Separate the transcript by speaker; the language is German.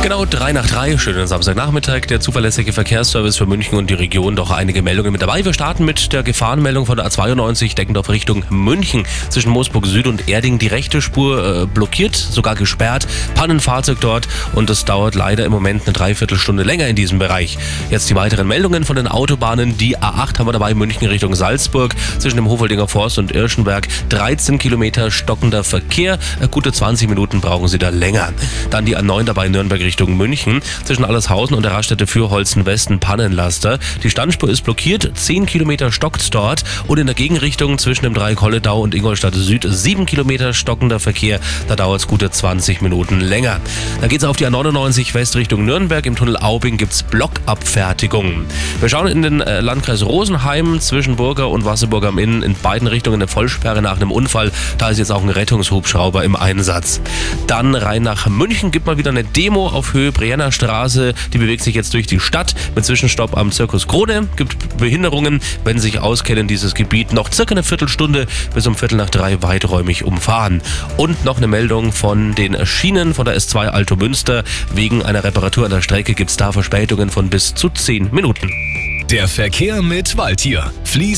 Speaker 1: Genau 3 nach 3, schönen Samstagnachmittag, der zuverlässige Verkehrsservice für München und die Region. Doch einige Meldungen mit dabei. Wir starten mit der Gefahrenmeldung von der A92 Deckendorf Richtung München. Zwischen Moosburg Süd und Erding die rechte Spur blockiert, sogar gesperrt. Pannenfahrzeug dort und es dauert leider im Moment eine Dreiviertelstunde länger in diesem Bereich. Jetzt die weiteren Meldungen von den Autobahnen. Die A8 haben wir dabei, München Richtung Salzburg. Zwischen dem Hofoldinger Forst und Irschenberg 13 Kilometer stockender Verkehr. Gute 20 Minuten brauchen Sie da länger. Dann die A9 dabei, Nürnberg Richtung München. Zwischen Allershausen und der Raststätte Fürholzen Westen Pannenlaster. Die Standspur ist blockiert, 10 Kilometer stockt dort. Und in der Gegenrichtung zwischen dem Dreieck Holledau und Ingolstadt Süd 7 Kilometer stockender Verkehr. Da dauert es gute 20 Minuten länger. Dann geht es auf die A99 West Richtung Nürnberg. Im Tunnel Aubing gibt es Blockabfertigung. Wir schauen in den Landkreis Rosenheim zwischen Burger und Wasserburg am Inn. In beiden Richtungen eine Vollsperre nach einem Unfall. Da ist jetzt auch ein Rettungshubschrauber im Einsatz. Dann rein nach München gibt mal wieder eine Demo auf Höhe Brienner Straße. Die bewegt sich jetzt durch die Stadt mit Zwischenstopp am Zirkus Krone. Gibt Behinderungen, wenn Sie sich auskennen, dieses Gebiet noch circa eine Viertelstunde bis um 2:45 weiträumig umfahren. Und noch eine Meldung von den Schienen von der S2 Altomünster. Wegen einer Reparatur an der Strecke gibt es da Verspätungen von bis zu 10 Minuten.
Speaker 2: Der Verkehr mit Waldtier.